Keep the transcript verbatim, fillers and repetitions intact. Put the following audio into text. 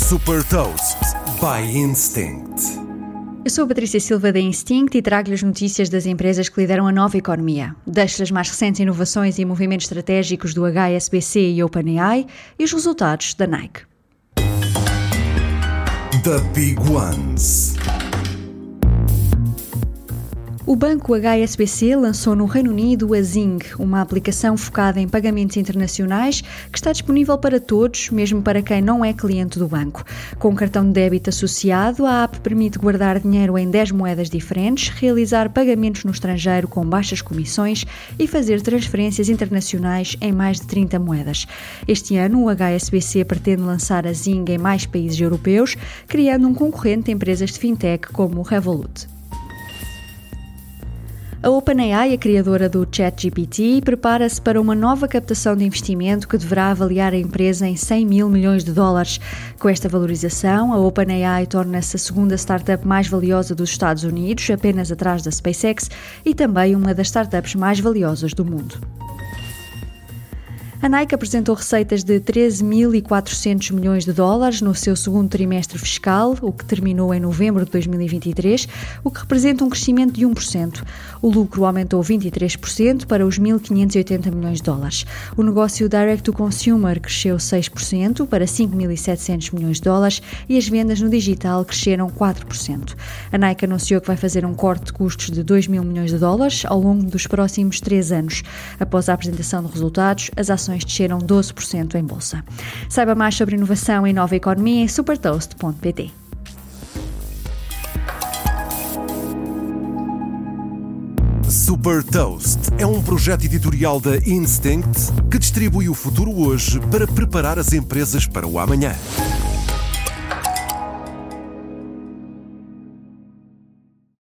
Super Toast by Instinct. Eu sou a Patrícia Silva da Instinct e trago-lhe as notícias das empresas que lideram a nova economia. Deixo-lhe as mais recentes inovações e movimentos estratégicos do H S B C e OpenAI e os resultados da Nike. The Big Ones. O banco H S B C lançou no Reino Unido a Zing, uma aplicação focada em pagamentos internacionais que está disponível para todos, mesmo para quem não é cliente do banco. Com um cartão de débito associado, a app permite guardar dinheiro em dez moedas diferentes, realizar pagamentos no estrangeiro com baixas comissões e fazer transferências internacionais em mais de trinta moedas. Este ano, o H S B C pretende lançar a Zing em mais países europeus, criando um concorrente a empresas de fintech como o Revolut. A OpenAI, a criadora do ChatGPT, prepara-se para uma nova captação de investimento que deverá avaliar a empresa em cem mil milhões de dólares. Com esta valorização, a OpenAI torna-se a segunda startup mais valiosa dos Estados Unidos, apenas atrás da SpaceX, e também uma das startups mais valiosas do mundo. A Nike apresentou receitas de treze mil e quatrocentos milhões de dólares no seu segundo trimestre fiscal, o que terminou em novembro de dois mil e vinte e três, o que representa um crescimento de um por cento. O lucro aumentou vinte e três por cento para os mil quinhentos e oitenta milhões de dólares. O negócio Direct to Consumer cresceu seis por cento para cinco mil e setecentos milhões de dólares e as vendas no digital cresceram quatro por cento. A Nike anunciou que vai fazer um corte de custos de dois mil milhões de dólares ao longo dos próximos três anos. Após a apresentação de resultados, as ações desceram doze por cento em bolsa. Saiba mais sobre inovação e nova economia em super toast ponto pt. Super Toast é um projeto editorial da Instinct que distribui o futuro hoje para preparar as empresas para o amanhã.